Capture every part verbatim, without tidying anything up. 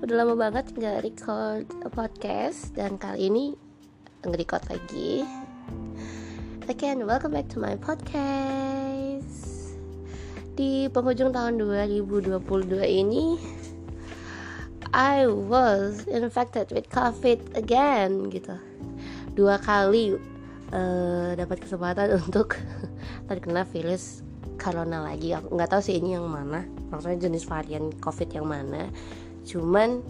Udah lama banget gak record podcast, dan kali ini nge-record lagi. Again, welcome back to my podcast. Di penghujung tahun dua ribu dua puluh dua ini, I was infected with COVID again gitu. Dua kali uh, dapat kesempatan untuk terkena virus corona lagi. Aku nggak tahu sih ini yang mana, maksudnya jenis varian COVID yang mana. Cuman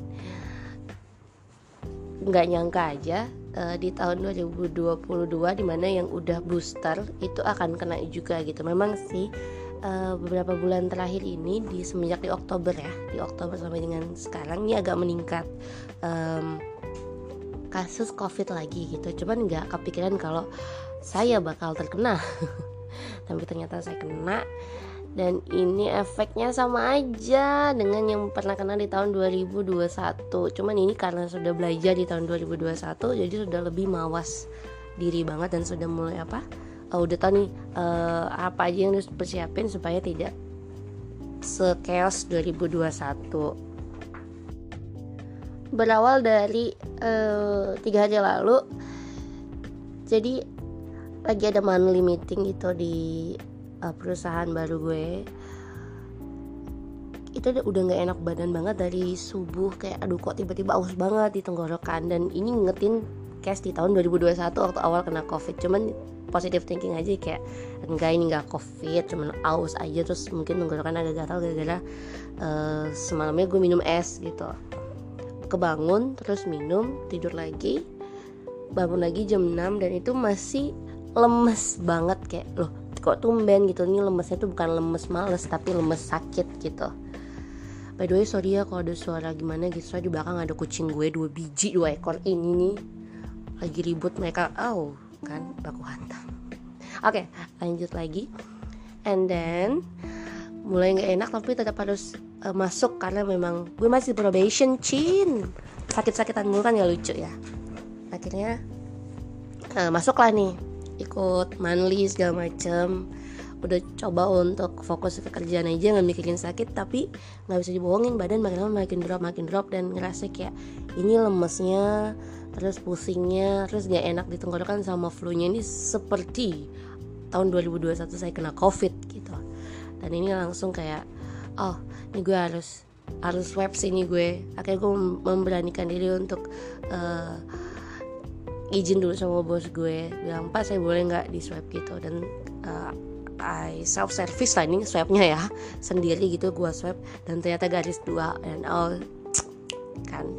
nggak nyangka aja uh, di tahun dua ribu dua puluh dua dimana yang udah booster itu akan kena juga gitu. Memang sih uh, beberapa bulan terakhir ini di semenjak di Oktober ya, di Oktober sampai dengan sekarang ini agak meningkat um, kasus COVID lagi gitu. Cuman nggak kepikiran kalau saya bakal terkena. Tapi ternyata saya kena. Dan ini efeknya sama aja dengan yang pernah kena di tahun dua ribu dua puluh satu. Cuman ini karena sudah belajar di tahun dua ribu dua puluh satu, jadi sudah lebih mawas diri banget dan sudah mulai apa uh, udah tahu nih uh, apa aja yang harus persiapin supaya tidak se-chaos dua ribu dua puluh satu. Berawal dari uh, tiga hari lalu, jadi lagi ada monthly meeting gitu di Uh, perusahaan baru gue. Itu udah gak enak badan banget dari subuh, kayak aduh kok tiba-tiba aus banget di tenggorokan. Dan ini ngingetin case di tahun dua ribu dua puluh satu waktu awal kena COVID. Cuman positive thinking aja, kayak enggak, ini gak COVID, cuman aus aja. Terus mungkin tenggorokan agak gatal gara-gara uh, semalamnya gue minum es gitu. Kebangun, terus minum, tidur lagi, bangun lagi jam enam, dan itu masih lemes banget. Kayak loh kok tumben gitu, ini lemesnya tuh bukan lemes males tapi lemes sakit gitu. By the way sorry ya kalau ada suara gimana gitu, soalnya di belakang ada kucing gue dua biji, dua ekor ini nih lagi ribut mereka, oh kan baku hantam. Oke, okay, lanjut lagi. And then mulai nggak enak tapi tetap harus uh, masuk karena memang gue masih probation, cin sakit-sakitan mulu kan, ya lucu ya. Akhirnya uh, masuklah nih, ikut monthly segala macem. Udah coba untuk fokus ke kerjaan aja, nggak mikirin sakit. Tapi nggak bisa dibohongin, badan makin lama makin drop makin drop dan ngerasa kayak ini lemesnya, terus pusingnya, terus nggak enak di tenggorokan sama flu-nya ini seperti tahun dua ribu dua puluh satu saya kena COVID gitu. Dan ini langsung kayak oh ini gue harus harus swab sini gue. Akhirnya gue memberanikan diri untuk uh, izin dulu sama bos gue, bilang pak saya boleh nggak di swab gitu. Dan uh, I self service lah ini swabnya ya, sendiri gitu gue swab, dan ternyata garis dua dan all kan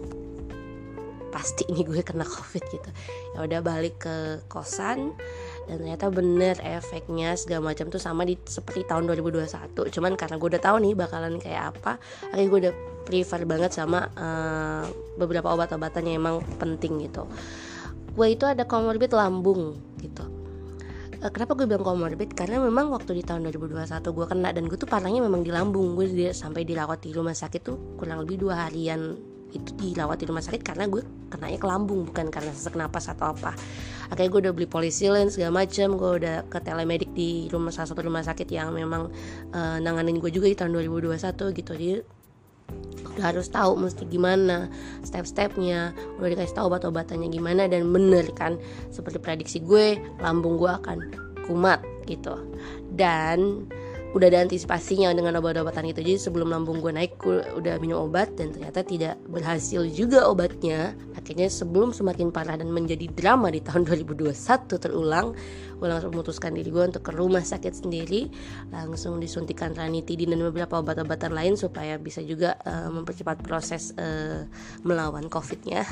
pasti ini gue kena COVID gitu. Ya udah balik ke kosan dan ternyata bener efeknya segala macam tuh sama di seperti tahun dua ribu dua puluh satu. Cuman karena gue udah tahu nih bakalan kayak apa, akhirnya gue udah prefer banget sama uh, beberapa obat-obatan yang emang penting gitu. Gue itu ada komorbid lambung gitu. E, kenapa gue bilang komorbid? Karena memang waktu di tahun dua ribu dua puluh satu gue kena, dan gue tuh parahnya memang di lambung. Gue di, sampai dirawat di rumah sakit tuh kurang lebih dua harian itu dirawat di rumah sakit karena gue kenanya ke lambung, bukan karena sesak napas atau apa. Akhirnya gue udah beli polisilin segala macam. Gue udah ke telemedik di rumah salah satu rumah sakit yang memang e, nanganin gue juga di tahun dua ribu dua puluh satu gitu. Jadi udah harus tahu mesti gimana step-stepnya, udah dikasih tahu obat-obatannya gimana, dan bener kan seperti prediksi gue, lambung gue akan kumat gitu. Dan udah ada antisipasinya dengan obat-obatan itu. Jadi sebelum lambung gue naik, gue udah minum obat dan ternyata tidak berhasil juga obatnya. Akhirnya sebelum semakin parah dan menjadi drama di tahun dua ribu dua puluh satu terulang, gue langsung memutuskan diri gue untuk ke rumah sakit sendiri, langsung disuntikan ranitidin dan beberapa obat-obatan lain supaya bisa juga uh, mempercepat proses uh, melawan COVID-nya.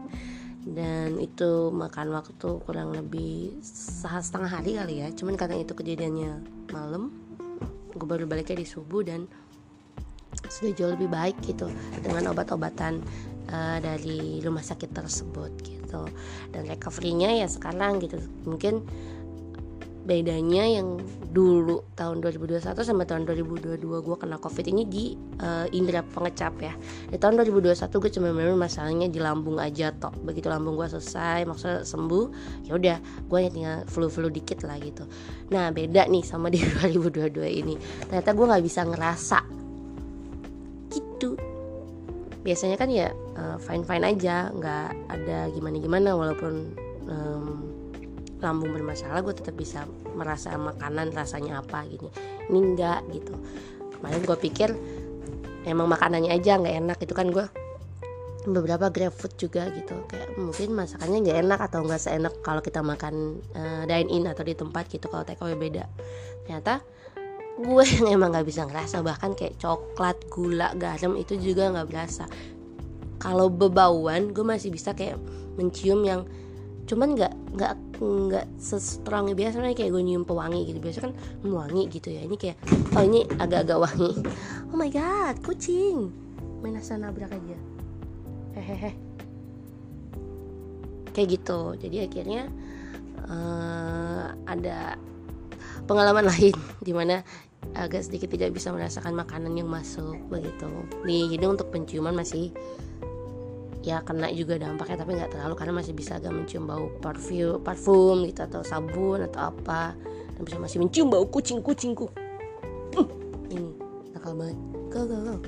Dan itu makan waktu kurang lebih setengah hari kali ya. Cuman karena itu kejadiannya malam, gue baru baliknya di subuh dan sudah jauh lebih baik gitu dengan obat-obatan uh, dari rumah sakit tersebut gitu. Dan recovery-nya ya sekarang gitu. Mungkin bedanya yang dulu tahun dua ribu dua puluh satu sama tahun dua ribu dua puluh dua gue kena COVID ini di uh, indera pengecap ya. Di tahun dua ribu dua puluh satu gue cuma memang masalahnya di lambung aja toh. Begitu lambung gue selesai, maksudnya sembuh, ya udah gue tinggal flu-flu dikit lah gitu. Nah beda nih sama di dua ribu dua puluh dua ini. Ternyata gue nggak bisa ngerasa gitu. biasanya kan ya uh, fine-fine aja, nggak ada gimana-gimana, walaupun um, lambung bermasalah gue tetap bisa merasa makanan rasanya apa gini. Ini enggak gitu. Kemarin gue pikir emang makanannya aja nggak enak, itu kan gue beberapa grab food juga gitu, kayak mungkin masakannya nggak enak atau nggak seenak kalau kita makan uh, dine in atau di tempat gitu, kalau take away beda. Ternyata gue yang emang nggak bisa ngerasa, bahkan kayak coklat, gula, garam itu juga nggak berasa. Kalau bebauan gue masih bisa kayak mencium yang cuman nggak nggak nggak se-strong biasanya, kayak gue nyium pewangi gitu, biasa kan wangi gitu ya, ini kayak oh ini agak-agak wangi. Oh my god, kucing main asal nabrak aja, hehehe, kayak gitu. Jadi akhirnya uh, ada pengalaman lain dimana agak sedikit tidak bisa merasakan makanan yang masuk begitu di hidung. Untuk penciuman masih ya kena juga dampaknya, tapi nggak terlalu karena masih bisa agak mencium bau parfum, parfum gitu atau sabun atau apa, dan bisa masih mencium bau kucing-kucingku. Uh, ini nakal banget, go go go,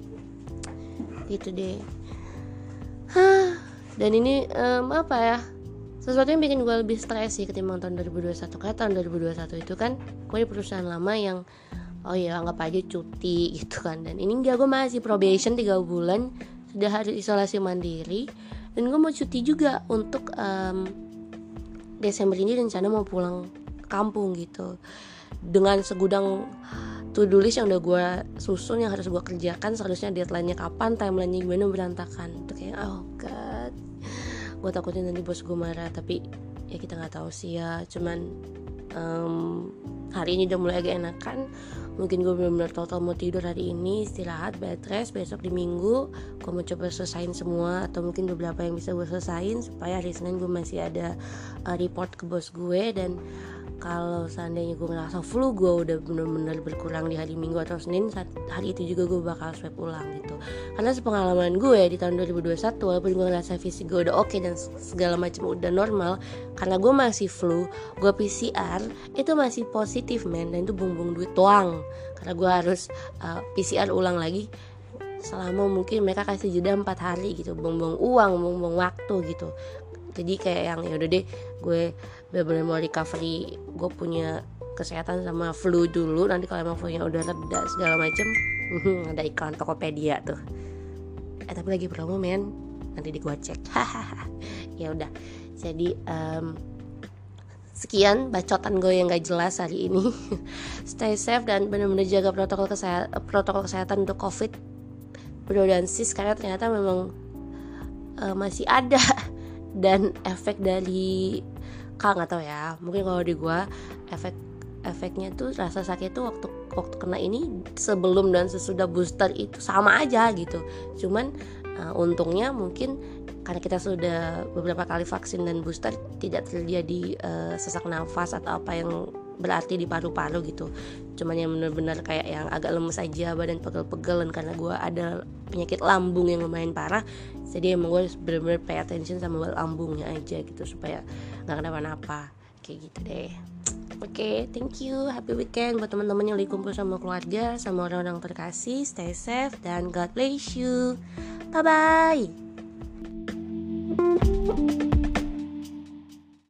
gitu deh. Hah, dan ini um, apa ya? Sesuatu yang bikin gue lebih stres sih ketimbang tahun dua ribu dua puluh satu. Karena tahun dua ribu dua puluh satu itu kan gue di perusahaan lama yang oh ya anggap aja cuti gitu kan, dan ini enggak, gue masih probation tiga bulan, sudah harus isolasi mandiri, dan gue mau cuti juga untuk um, Desember ini, rencana mau pulang kampung gitu, dengan segudang to-do list yang udah gue susun yang harus gue kerjakan. Seharusnya deadline-nya kapan, timeline-nya gimana, berantakan. Itu kayak oh god, gue takutnya nanti bos gue marah, tapi ya kita nggak tahu sih ya. Cuman um, hari ini udah mulai agak enakan. Mungkin gue benar-benar total mau tidur hari ini, istirahat, bed rest. Besok di Minggu gue mau coba selesain semua, atau mungkin beberapa yang bisa gue selesain, supaya hari Senin gue masih ada uh, report ke bos gue. Dan kalau seandainya gue ngerasa flu, gue udah benar-benar berkurang di hari Minggu atau Senin, saat hari itu juga gue bakal swab ulang gitu. Karena sepengalaman gue di tahun dua ribu dua puluh satu, walaupun gue ngerasa fisik gue udah oke okay dan segala macam udah normal, karena gue masih flu, gue P C R itu masih positif men, dan itu buang-buang duit doang. Karena gue harus uh, P C R ulang lagi selama mungkin mereka kasih jeda empat hari gitu, buang-buang uang, buang-buang waktu gitu. Jadi kayak yang ya udah deh, gue benar-benar mau recovery, gue punya kesehatan sama flu dulu. Nanti kalau emang flu-nya udah reda segala macem, ada iklan Tokopedia tuh. Eh tapi lagi promo men, nanti di gue cek. Ya udah, jadi um, sekian bacotan gue yang gak jelas hari ini. Stay safe dan benar-benar jaga protokol kesehatan, protokol kesehatan untuk COVID, bro dan sis, karena ternyata memang uh, masih ada. Dan efek dari kak nggak tahu ya, mungkin kalau di gue efek efeknya tuh rasa sakit tuh waktu waktu kena ini sebelum dan sesudah booster itu sama aja gitu. Cuman uh, untungnya mungkin karena kita sudah beberapa kali vaksin dan booster, tidak terjadi uh, sesak nafas atau apa yang berarti di paru-paru gitu. Cuman yang benar-benar kayak yang agak lemes aja, badan pegel-pegel, dan karena gue ada penyakit lambung yang lumayan parah, jadi emang gue benar-benar pay attention sama lambungnya aja gitu, supaya nggak kenapa-napa kayak gitu deh. Oke, okay, thank you, happy weekend buat teman-teman yang lagi kumpul sama keluarga, sama orang-orang terkasih. Stay safe dan God bless you. Bye bye.